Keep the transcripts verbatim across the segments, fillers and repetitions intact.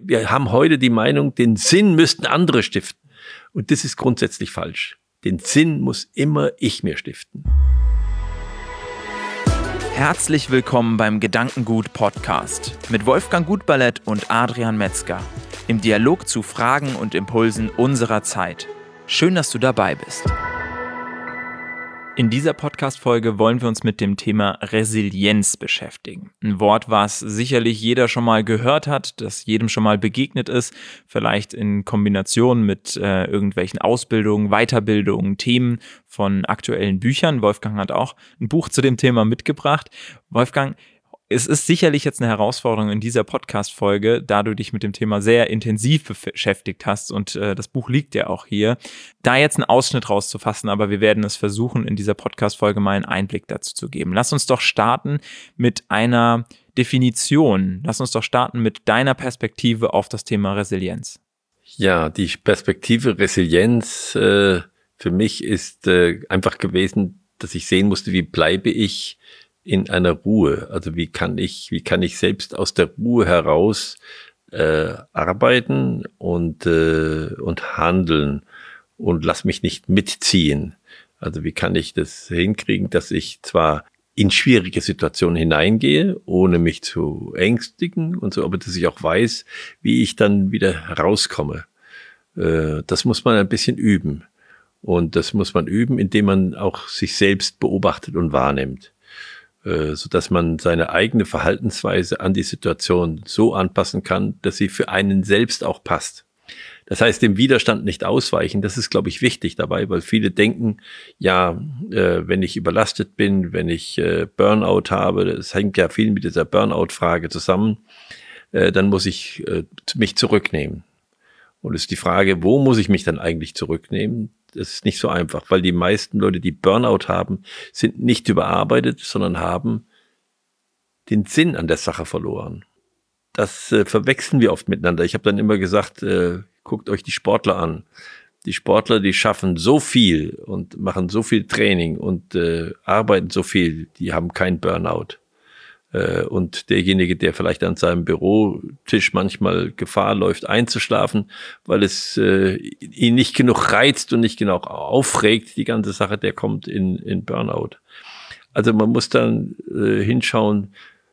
wir haben heute die Meinung, den Sinn müssten andere stiften. Und das ist grundsätzlich falsch. Den Sinn muss immer ich mir stiften. Herzlich willkommen beim Gedankengut-Podcast mit Wolfgang Gutballett und Adrian Metzger im Dialog zu Fragen und Impulsen unserer Zeit. Schön, dass du dabei bist. In dieser Podcast-Folge wollen wir uns mit dem Thema Resilienz beschäftigen. Ein Wort, was sicherlich jeder schon mal gehört hat, das jedem schon mal begegnet ist, vielleicht in Kombination mit äh, irgendwelchen Ausbildungen, Weiterbildungen, Themen von aktuellen Büchern. Wolfgang hat auch ein Buch zu dem Thema mitgebracht. Wolfgang, es ist sicherlich jetzt eine Herausforderung in dieser Podcast-Folge, da du dich mit dem Thema sehr intensiv beschäftigt hast und äh, das Buch liegt ja auch hier, da jetzt einen Ausschnitt rauszufassen, aber wir werden es versuchen, in dieser Podcast-Folge mal einen Einblick dazu zu geben. Lass uns doch starten mit einer Definition. Lass uns doch starten mit deiner Perspektive auf das Thema Resilienz. Ja, die Perspektive Resilienz äh, für mich ist äh, einfach gewesen, dass ich sehen musste, wie bleibe ich in einer Ruhe, also wie kann ich, wie kann ich selbst aus der Ruhe heraus äh, arbeiten und äh, und handeln und lass mich nicht mitziehen. Also wie kann ich das hinkriegen, dass ich zwar in schwierige Situationen hineingehe, ohne mich zu ängstigen und so, aber dass ich auch weiß, wie ich dann wieder herauskomme. Äh, das muss man ein bisschen üben und das muss man üben, indem man auch sich selbst beobachtet und wahrnimmt, so dass man seine eigene Verhaltensweise an die Situation so anpassen kann, dass sie für einen selbst auch passt. Das heißt, dem Widerstand nicht ausweichen, das ist, glaube ich, wichtig dabei, weil viele denken, ja, äh, wenn ich überlastet bin, wenn ich äh, Burnout habe, das hängt ja viel mit dieser Burnout-Frage zusammen, äh, dann muss ich äh, mich zurücknehmen. Und es ist die Frage, wo muss ich mich dann eigentlich zurücknehmen? Das ist nicht so einfach, weil die meisten Leute, die Burnout haben, sind nicht überarbeitet, sondern haben den Sinn an der Sache verloren. Das äh, verwechseln wir oft miteinander. Ich habe dann immer gesagt, äh, guckt euch die Sportler an. Die Sportler, die schaffen so viel und machen so viel Training und äh, arbeiten so viel, die haben kein Burnout. Und derjenige, der vielleicht an seinem Bürotisch manchmal Gefahr läuft, einzuschlafen, weil es äh, ihn nicht genug reizt und nicht genug aufregt, die ganze Sache, der kommt in, in Burnout. Also man muss dann äh, hinschauen,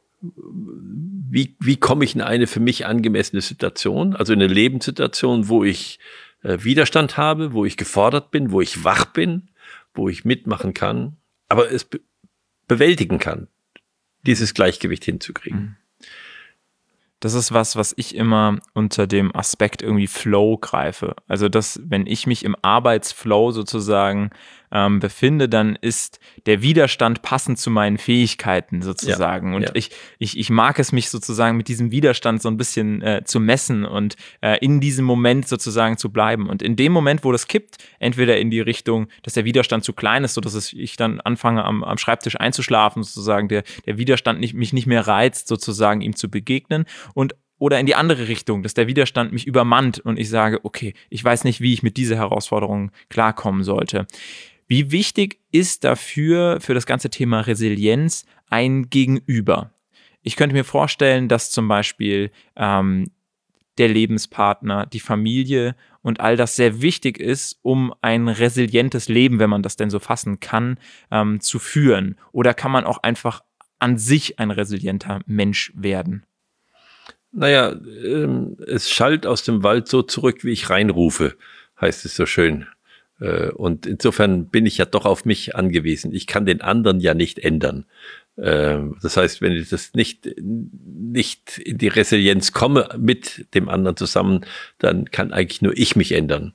wie, wie komme ich in eine für mich angemessene Situation, also in eine Lebenssituation, wo ich äh, Widerstand habe, wo ich gefordert bin, wo ich wach bin, wo ich mitmachen kann, aber es be- bewältigen kann, dieses Gleichgewicht hinzukriegen. Das ist was, was ich immer unter dem Aspekt irgendwie Flow greife. Also dass, wenn ich mich im Arbeitsflow sozusagen ähm, befinde, dann ist der Widerstand passend zu meinen Fähigkeiten sozusagen. Ja, und ja. ich, ich, ich mag es, mich sozusagen mit diesem Widerstand so ein bisschen äh, zu messen und äh, in diesem Moment sozusagen zu bleiben. Und in dem Moment, wo das kippt, entweder in die Richtung, dass der Widerstand zu klein ist, sodass es, ich dann anfange am, am Schreibtisch einzuschlafen, sozusagen der, der Widerstand nicht, mich nicht mehr reizt, sozusagen ihm zu begegnen. Und oder in die andere Richtung, dass der Widerstand mich übermannt und ich sage, okay, ich weiß nicht, wie ich mit dieser Herausforderung klarkommen sollte. Wie wichtig ist dafür, für das ganze Thema Resilienz, ein Gegenüber? Ich könnte mir vorstellen, dass zum Beispiel ähm, der Lebenspartner, die Familie und all das sehr wichtig ist, um ein resilientes Leben, wenn man das denn so fassen kann, ähm, zu führen. Oder kann man auch einfach an sich ein resilienter Mensch werden? Naja, ähm, es schallt aus dem Wald so zurück, wie ich reinrufe, heißt es so schön. Äh, und insofern bin ich ja doch auf mich angewiesen. Ich kann den anderen ja nicht ändern. Äh, das heißt, wenn ich das nicht, nicht in die Resilienz komme mit dem anderen zusammen, dann kann eigentlich nur ich mich ändern.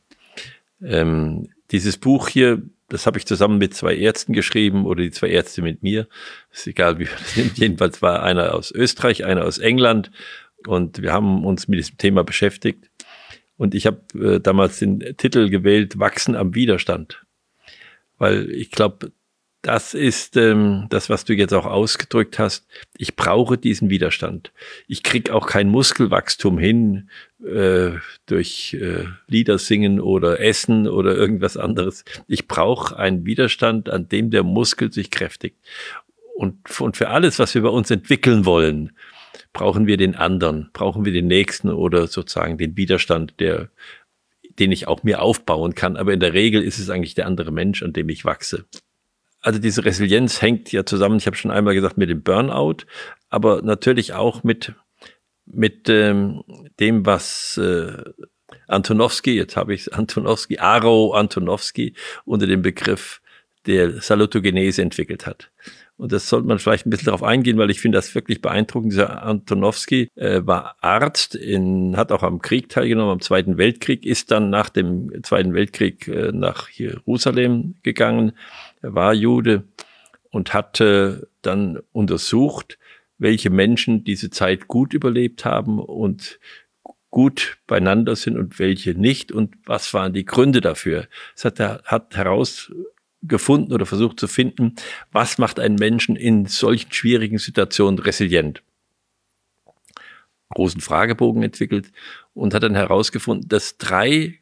Ähm, dieses Buch hier, das habe ich zusammen mit zwei Ärzten geschrieben oder die zwei Ärzte mit mir. Ist egal, wie man das nimmt. Jedenfalls war einer aus Österreich, einer aus England. Und wir haben uns mit diesem Thema beschäftigt. Und ich habe äh, damals den Titel gewählt, Wachsen am Widerstand. Weil ich glaube, das ist ähm, das, was du jetzt auch ausgedrückt hast. Ich brauche diesen Widerstand. Ich krieg auch kein Muskelwachstum hin äh, durch äh, Lieder singen oder Essen oder irgendwas anderes. Ich brauche einen Widerstand, an dem der Muskel sich kräftigt. Und, und für alles, was wir bei uns entwickeln wollen, brauchen wir den anderen, brauchen wir den Nächsten oder sozusagen den Widerstand, der, den ich auch mir aufbauen kann. Aber in der Regel ist es eigentlich der andere Mensch, an dem ich wachse. Also diese Resilienz hängt ja zusammen, ich habe schon einmal gesagt, mit dem Burnout, aber natürlich auch mit, mit ähm, dem, was äh, Antonowski, jetzt habe ich es, Antonowski, Aro Antonowski unter dem Begriff der Salutogenese entwickelt hat. Und das sollte man vielleicht ein bisschen darauf eingehen, weil ich finde das wirklich beeindruckend. Dieser Antonowski äh, war Arzt, in, hat auch am Krieg teilgenommen, am Zweiten Weltkrieg, ist dann nach dem Zweiten Weltkrieg äh, nach Jerusalem gegangen. Er war Jude und hatte dann untersucht, welche Menschen diese Zeit gut überlebt haben und gut beieinander sind und welche nicht und was waren die Gründe dafür. Das hat er hat herausgefunden oder versucht zu finden, was macht einen Menschen in solchen schwierigen Situationen resilient. Großen Fragebogen entwickelt und hat dann herausgefunden, dass drei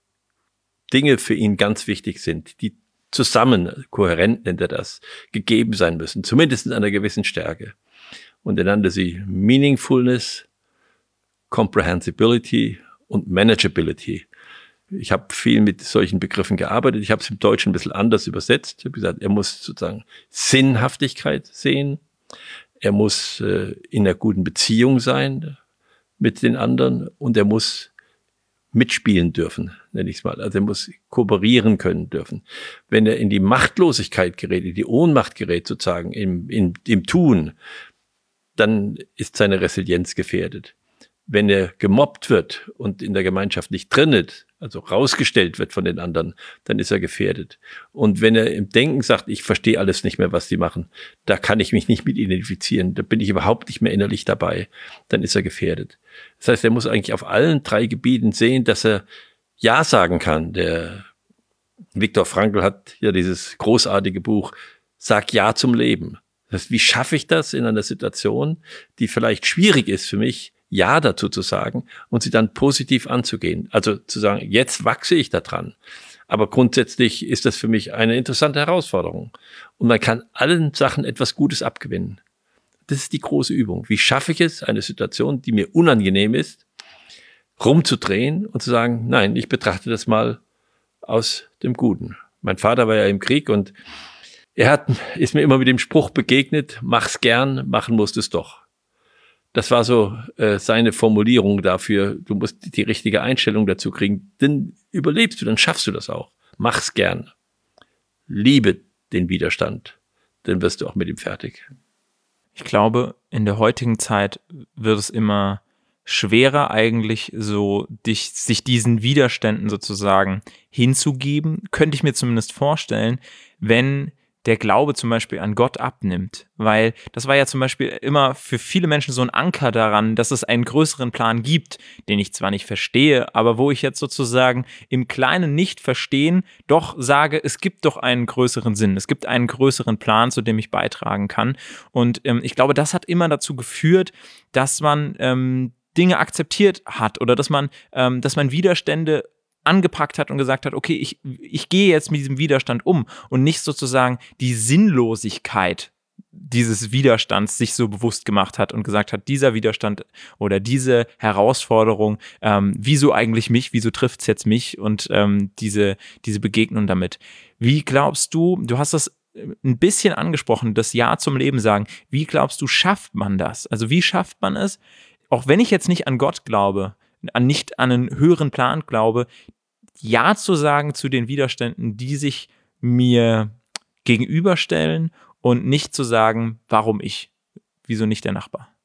Dinge für ihn ganz wichtig sind, die zusammen, kohärent nennt er das, gegeben sein müssen, zumindest in einer gewissen Stärke. Und er nannte sie Meaningfulness, Comprehensibility und Manageability. Ich habe viel mit solchen Begriffen gearbeitet. Ich habe es im Deutschen ein bisschen anders übersetzt. Ich habe gesagt, er muss sozusagen Sinnhaftigkeit sehen. Er muss äh, in einer guten Beziehung sein mit den anderen und er muss mitspielen dürfen, nenne ich es mal. Also er muss kooperieren können dürfen. Wenn er in die Machtlosigkeit gerät, in die Ohnmacht gerät sozusagen im, im, im Tun, dann ist seine Resilienz gefährdet. Wenn er gemobbt wird und in der Gemeinschaft nicht drin ist, also rausgestellt wird von den anderen, dann ist er gefährdet. Und wenn er im Denken sagt, ich verstehe alles nicht mehr, was die machen, da kann ich mich nicht mit identifizieren, da bin ich überhaupt nicht mehr innerlich dabei, dann ist er gefährdet. Das heißt, er muss eigentlich auf allen drei Gebieten sehen, dass er Ja sagen kann. Der Viktor Frankl hat ja dieses großartige Buch Sag Ja zum Leben. Das heißt, wie schaffe ich das in einer Situation, die vielleicht schwierig ist für mich, Ja dazu zu sagen und sie dann positiv anzugehen. Also zu sagen, jetzt wachse ich da dran. Aber grundsätzlich ist das für mich eine interessante Herausforderung. Und man kann allen Sachen etwas Gutes abgewinnen. Das ist die große Übung. Wie schaffe ich es, eine Situation, die mir unangenehm ist, rumzudrehen und zu sagen, nein, ich betrachte das mal aus dem Guten. Mein Vater war ja im Krieg und er hat, ist mir immer mit dem Spruch begegnet, mach's gern, machen musst es doch. Das war so äh, seine Formulierung dafür, du musst die richtige Einstellung dazu kriegen, dann überlebst du, dann schaffst du das auch. Mach's gern. Liebe den Widerstand, dann wirst du auch mit ihm fertig. Ich glaube, in der heutigen Zeit wird es immer schwerer eigentlich so, dich, sich diesen Widerständen sozusagen hinzugeben, könnte ich mir zumindest vorstellen, wenn der Glaube zum Beispiel an Gott abnimmt, weil das war ja zum Beispiel immer für viele Menschen so ein Anker daran, dass es einen größeren Plan gibt, den ich zwar nicht verstehe, aber wo ich jetzt sozusagen im Kleinen nicht verstehen, doch sage, es gibt doch einen größeren Sinn, es gibt einen größeren Plan, zu dem ich beitragen kann und ähm, ich glaube, das hat immer dazu geführt, dass man ähm, Dinge akzeptiert hat oder dass man, ähm, dass man Widerstände angepackt hat und gesagt hat, okay, ich, ich gehe jetzt mit diesem Widerstand um und nicht sozusagen die Sinnlosigkeit dieses Widerstands sich so bewusst gemacht hat und gesagt hat, dieser Widerstand oder diese Herausforderung, ähm, wieso eigentlich mich, wieso trifft es jetzt mich und ähm, diese, diese Begegnung damit. Wie glaubst du, du hast das ein bisschen angesprochen, das Ja zum Leben sagen, wie glaubst du, schafft man das? Also wie schafft man es, auch wenn ich jetzt nicht an Gott glaube, an nicht an einen höheren Plan glaube, Ja zu sagen zu den Widerständen, die sich mir gegenüberstellen und nicht zu sagen, warum ich, wieso nicht der Nachbar?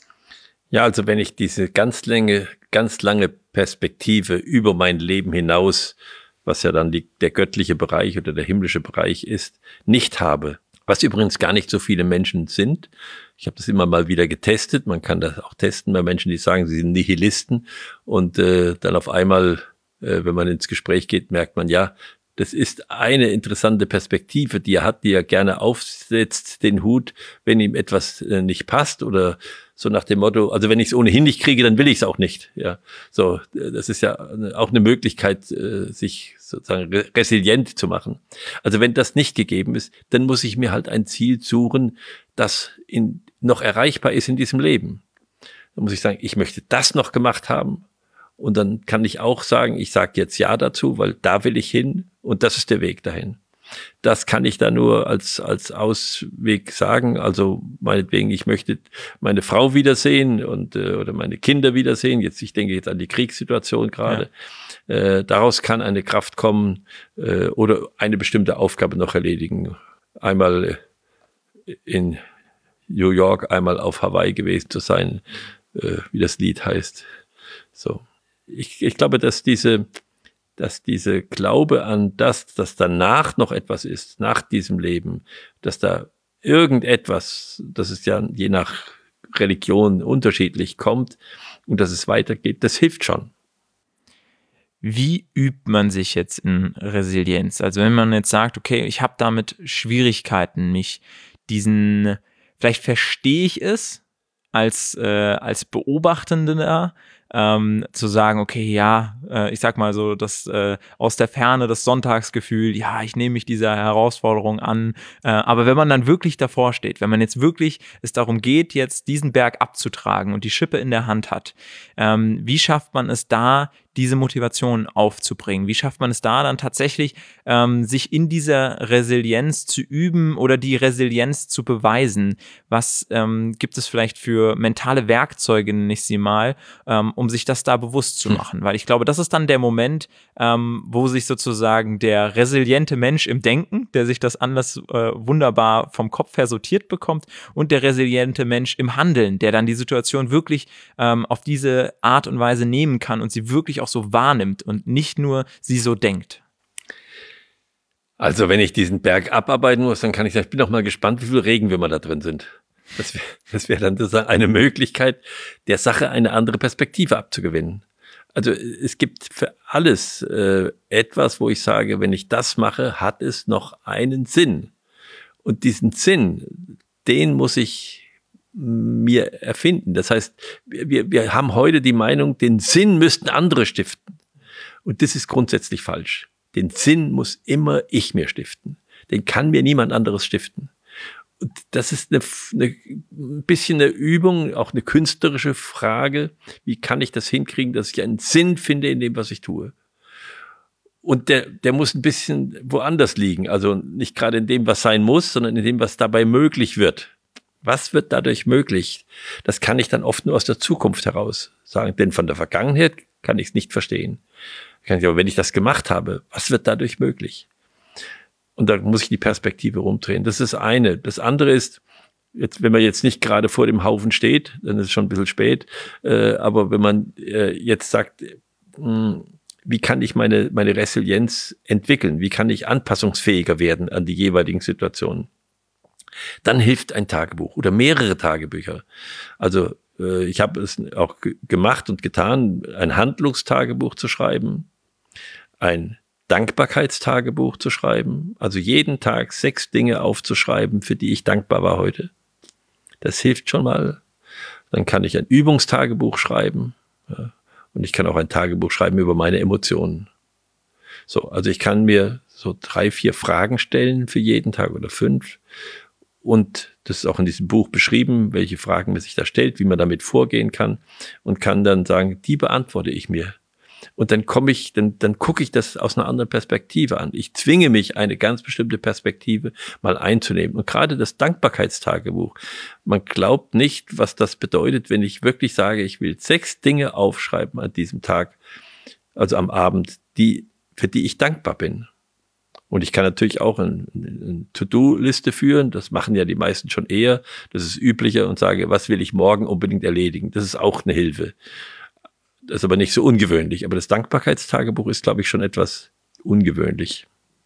Ja, also wenn ich diese ganz lange, ganz lange Perspektive über mein Leben hinaus, was ja dann die, der göttliche Bereich oder der himmlische Bereich ist, nicht habe, was übrigens gar nicht so viele Menschen sind. Ich habe das immer mal wieder getestet. Man kann das auch testen bei Menschen, die sagen, sie sind Nihilisten. Und äh, dann auf einmal, äh, wenn man ins Gespräch geht, merkt man, ja, das ist eine interessante Perspektive, die er hat, die er gerne aufsetzt, den Hut, wenn ihm etwas äh, nicht passt oder so nach dem Motto, also wenn ich es ohnehin nicht kriege, dann will ich es auch nicht. Ja, so, das ist ja auch eine Möglichkeit, äh, sich sozusagen re- resilient zu machen. Also wenn das nicht gegeben ist, dann muss ich mir halt ein Ziel suchen, das in, noch erreichbar ist in diesem Leben. dann muss ich sagen, ich möchte das noch gemacht haben. Und dann kann ich auch sagen, ich sage jetzt Ja dazu, weil da will ich hin und das ist der Weg dahin. Das kann ich da nur als, als Ausweg sagen. Also meinetwegen, ich möchte meine Frau wiedersehen und, äh, oder meine Kinder wiedersehen. Jetzt, ich denke jetzt an die Kriegssituation gerade. Ja. Äh, daraus kann eine Kraft kommen, äh, oder eine bestimmte Aufgabe noch erledigen. Einmal in New York, einmal auf Hawaii gewesen zu sein, äh, wie das Lied heißt. So. Ich, ich glaube, dass diese, dass diese Glaube an das, dass danach noch etwas ist, nach diesem Leben, dass da irgendetwas, das ist ja je nach Religion unterschiedlich kommt und dass es weitergeht, das hilft schon. Wie übt man sich jetzt in Resilienz? Also wenn man jetzt sagt, okay, ich habe damit Schwierigkeiten, mich diesen, vielleicht verstehe ich es als, äh, als Beobachtender, Ähm, zu sagen, okay, ja, äh, ich sag mal so, das äh, aus der Ferne das Sonntagsgefühl, ja, ich nehme mich dieser Herausforderung an, äh, aber wenn man dann wirklich davor steht, wenn man jetzt wirklich es darum geht, jetzt diesen Berg abzutragen und die Schippe in der Hand hat, ähm, wie schafft man es da, diese Motivation aufzubringen? Wie schafft man es da dann tatsächlich, ähm, sich in dieser Resilienz zu üben oder die Resilienz zu beweisen? Was ähm, gibt es vielleicht für mentale Werkzeuge, nenne ich sie mal, ähm, um sich das da bewusst zu machen? Weil ich glaube, das ist dann der Moment, ähm, wo sich sozusagen der resiliente Mensch im Denken, der sich das anders äh, wunderbar vom Kopf her sortiert bekommt, und der resiliente Mensch im Handeln, der dann die Situation wirklich ähm, auf diese Art und Weise nehmen kann und sie wirklich auch so wahrnimmt und nicht nur sie so denkt. Also wenn ich diesen Berg abarbeiten muss, dann kann ich sagen, ich bin doch mal gespannt, wie viel Regenwürmer da drin sind. Das wäre das wär dann sozusagen eine Möglichkeit, der Sache eine andere Perspektive abzugewinnen. Also es gibt für alles äh, etwas, wo ich sage, wenn ich das mache, hat es noch einen Sinn. Und diesen Sinn, den muss ich mir erfinden. Das heißt, wir, wir haben heute die Meinung, den Sinn müssten andere stiften. Und das ist grundsätzlich falsch. Den Sinn muss immer ich mir stiften. Den kann mir niemand anderes stiften. Und das ist eine, eine, ein bisschen eine Übung, auch eine künstlerische Frage. Wie kann ich das hinkriegen, dass ich einen Sinn finde in dem, was ich tue? Und der, der muss ein bisschen woanders liegen. Also nicht gerade in dem, was sein muss, sondern in dem, was dabei möglich wird. Was wird dadurch möglich? Das kann ich dann oft nur aus der Zukunft heraus sagen, denn von der Vergangenheit kann ich es nicht verstehen. Kann ich aber, wenn ich das gemacht habe, was wird dadurch möglich? Und da muss ich die Perspektive rumdrehen. Das ist das eine. Das andere ist, jetzt, wenn man jetzt nicht gerade vor dem Haufen steht, dann ist es schon ein bisschen spät, äh, aber wenn man äh, jetzt sagt, mh, wie kann ich meine, meine Resilienz entwickeln? Wie kann ich anpassungsfähiger werden an die jeweiligen Situationen? Dann hilft ein Tagebuch oder mehrere Tagebücher. Also äh, ich habe es auch g- gemacht und getan, ein Handlungstagebuch zu schreiben, ein Dankbarkeitstagebuch zu schreiben, also jeden Tag sechs Dinge aufzuschreiben, für die ich dankbar war heute. Das hilft schon mal. Dann kann ich ein Übungstagebuch schreiben, ja, und ich kann auch ein Tagebuch schreiben über meine Emotionen. So, also ich kann mir so drei, vier Fragen stellen für jeden Tag oder fünf. Und das ist auch in diesem Buch beschrieben, welche Fragen man sich da stellt, wie man damit vorgehen kann, und kann dann sagen, die beantworte ich mir. Und dann komme ich, dann, dann gucke ich das aus einer anderen Perspektive an. Ich zwinge mich, eine ganz bestimmte Perspektive mal einzunehmen. Und gerade das Dankbarkeitstagebuch, man glaubt nicht, was das bedeutet, wenn ich wirklich sage, ich will sechs Dinge aufschreiben an diesem Tag, also am Abend, die, für die ich dankbar bin. Und ich kann natürlich auch eine, eine To-Do-Liste führen. Das machen ja die meisten schon eher. Das ist üblicher, und sage, was will ich morgen unbedingt erledigen? Das ist auch eine Hilfe. Das ist aber nicht so ungewöhnlich. Aber das Dankbarkeitstagebuch ist, glaube ich, schon etwas ungewöhnlich.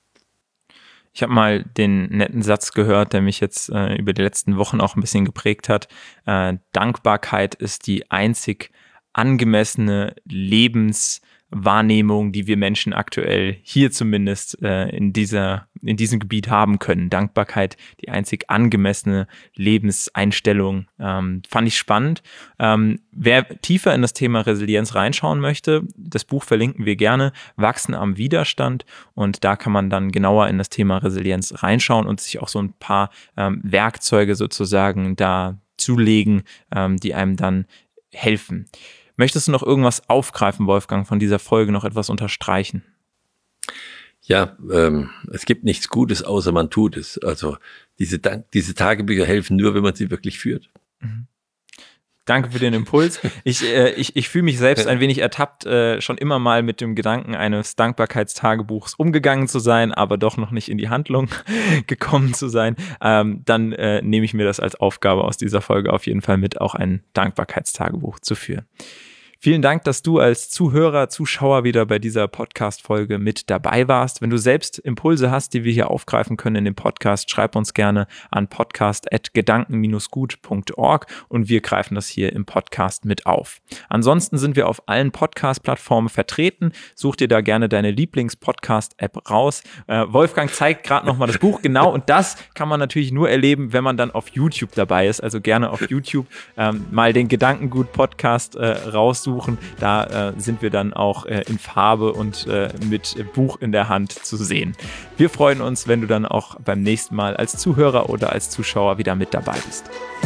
Ich habe mal den netten Satz gehört, der mich jetzt äh, über die letzten Wochen auch ein bisschen geprägt hat. Äh, Dankbarkeit ist die einzig angemessene Lebenswahrnehmung, die wir Menschen aktuell hier zumindest äh, in dieser, in diesem Gebiet haben können. Dankbarkeit, die einzig angemessene Lebenseinstellung. Ähm, fand ich spannend. Ähm, wer tiefer in das Thema Resilienz reinschauen möchte, das Buch verlinken wir gerne, Wachsen am Widerstand. Und da kann man dann genauer in das Thema Resilienz reinschauen und sich auch so ein paar ähm, Werkzeuge sozusagen da zulegen, ähm, die einem dann helfen. Möchtest du noch irgendwas aufgreifen, Wolfgang, von dieser Folge, noch etwas unterstreichen? Ja, ähm, es gibt nichts Gutes, außer man tut es. Also diese, diese Tagebücher helfen nur, wenn man sie wirklich führt. Mhm. Danke für den Impuls. Ich, äh, ich, ich fühle mich selbst ein wenig ertappt, äh, schon immer mal mit dem Gedanken eines Dankbarkeitstagebuchs umgegangen zu sein, aber doch noch nicht in die Handlung gekommen zu sein. Ähm, dann äh, nehme ich mir das als Aufgabe aus dieser Folge auf jeden Fall mit, auch ein Dankbarkeitstagebuch zu führen. Vielen Dank, dass du als Zuhörer, Zuschauer wieder bei dieser Podcast-Folge mit dabei warst. Wenn du selbst Impulse hast, die wir hier aufgreifen können in dem Podcast, schreib uns gerne an podcast at gedanken dash gut punkt org und wir greifen das hier im Podcast mit auf. Ansonsten sind wir auf allen Podcast-Plattformen vertreten. Such dir da gerne deine Lieblings-Podcast-App raus. Äh, Wolfgang zeigt gerade nochmal das Buch, genau, und das kann man natürlich nur erleben, wenn man dann auf YouTube dabei ist. Also gerne auf YouTube ähm, mal den Gedankengut-Podcast äh, raus suchen. Da äh, sind wir dann auch äh, in Farbe und äh, mit Buch in der Hand zu sehen. Wir freuen uns, wenn du dann auch beim nächsten Mal als Zuhörer oder als Zuschauer wieder mit dabei bist.